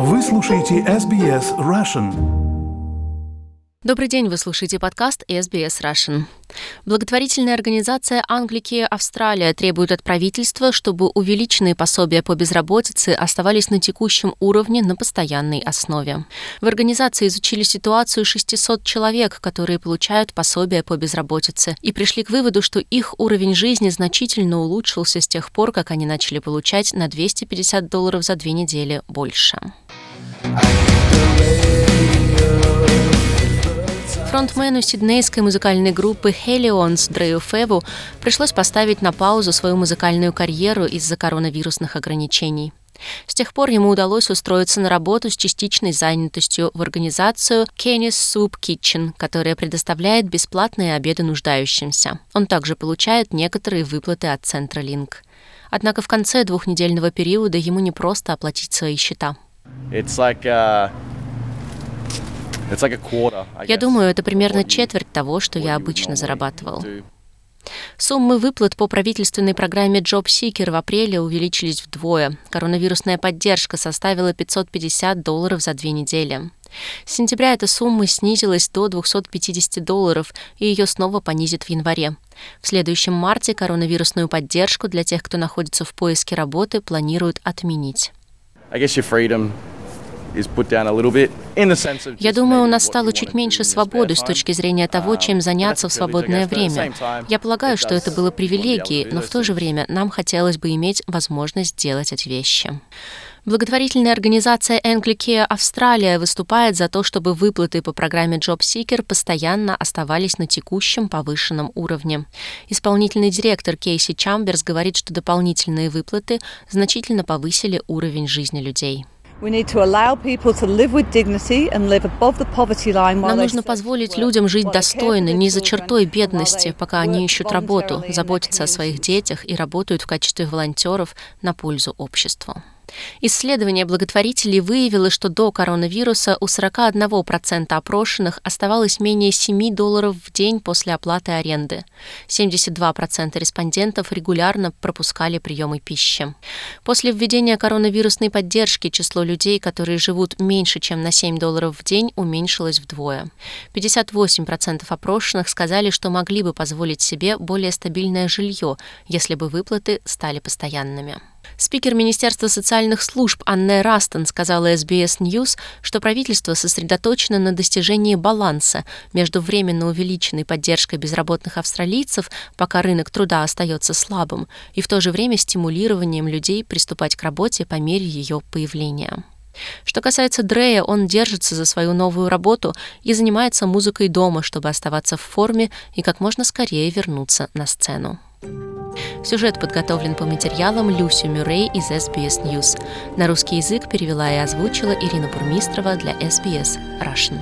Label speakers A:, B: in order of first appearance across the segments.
A: Вы слушаете SBS Russian.
B: Добрый день, вы слушаете подкаст SBS Russian. Благотворительная организация «Англики Австралия» требует от правительства, чтобы увеличенные пособия по безработице оставались на текущем уровне на постоянной основе. В организации изучили ситуацию 600 человек, которые получают пособия по безработице, и пришли к выводу, что их уровень жизни значительно улучшился с тех пор, как они начали получать на $250 за 2 недели больше. Фронтмену сиднейской музыкальной группы Hellions Дрею Феву пришлось поставить на паузу свою музыкальную карьеру из-за коронавирусных ограничений. С тех пор ему удалось устроиться на работу с частичной занятостью в организацию Kenny's Soup Kitchen, которая предоставляет бесплатные обеды нуждающимся. Он также получает некоторые выплаты от Centrelink. Однако в конце 2-недельного периода ему не просто оплатить свои счета. Я думаю, это примерно четверть того, что я обычно зарабатывал. Суммы выплат по правительственной программе JobSeeker в апреле увеличились вдвое. Коронавирусная поддержка составила $550 за 2 недели. С сентября эта сумма снизилась до $250, и ее снова понизят в январе. В следующем марте коронавирусную поддержку для тех, кто находится в поиске работы, планируют отменить. Я думаю, у нас стало чуть меньше свободы с точки зрения того, чем заняться в свободное время. Я полагаю, что это было привилегией, но в то же время нам хотелось бы иметь возможность делать эти вещи. Благотворительная организация «Англики Австралия» выступает за то, чтобы выплаты по программе JobSeeker постоянно оставались на текущем повышенном уровне. Исполнительный директор Кейси Чамберс говорит, что дополнительные выплаты значительно повысили уровень жизни людей.
C: Нам
B: нужно позволить людям жить достойно, не за чертой бедности, пока они ищут работу, заботятся о своих детях и работают в качестве волонтеров на пользу обществу. Исследование благотворителей выявило, что до коронавируса у 41% опрошенных оставалось менее $7 в день после оплаты аренды. 72% респондентов регулярно пропускали приемы пищи. После введения коронавирусной поддержки число людей, которые живут меньше, чем на $7 в день, уменьшилось вдвое. 58% опрошенных сказали, что могли бы позволить себе более стабильное жилье, если бы выплаты стали постоянными. Спикер Министерства социальных служб Анне Растон сказала SBS News, что правительство сосредоточено на достижении баланса между временно увеличенной поддержкой безработных австралийцев, пока рынок труда остается слабым, и в то же время стимулированием людей приступать к работе по мере ее появления. Что касается Дрея, он держится за свою новую работу и занимается музыкой дома, чтобы оставаться в форме и как можно скорее вернуться на сцену. Сюжет подготовлен по материалам Люси Мюррей из SBS News. На русский язык перевела и озвучила Ирина Бурмистрова для SBS Russian.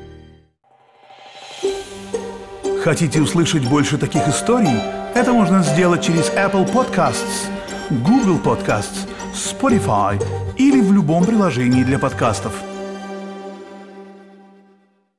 A: Хотите услышать больше таких историй? Это можно сделать через Apple Podcasts, Google Podcasts, Spotify или в любом приложении для подкастов.